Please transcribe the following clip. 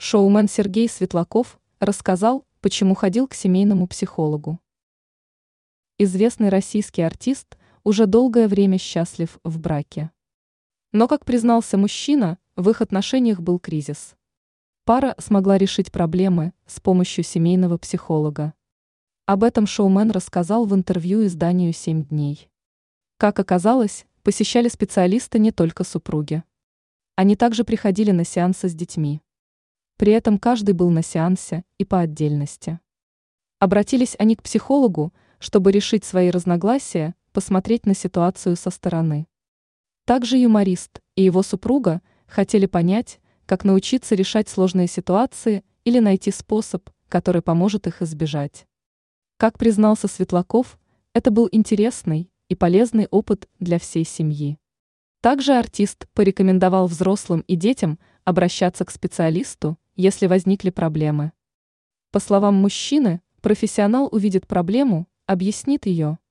Шоумен Сергей Светлаков рассказал, почему ходил к семейному психологу. Известный российский артист уже долгое время счастлив в браке. Но, как признался мужчина, в их отношениях был кризис. Пара смогла решить проблемы с помощью семейного психолога. Об этом шоумен рассказал в интервью изданию «7 дней». Как оказалось, посещали специалиста не только супруги. Они также приходили на сеансы с детьми. При этом каждый был на сеансе и по отдельности. Обратились они к психологу, чтобы решить свои разногласия, посмотреть на ситуацию со стороны. Также юморист и его супруга хотели понять, как научиться решать сложные ситуации или найти способ, который поможет их избежать. Как признался Светлаков, это был интересный и полезный опыт для всей семьи. Также артист порекомендовал взрослым и детям обращаться к специалисту, если возникли проблемы. По словам мужчины, профессионал увидит проблему, объяснит ее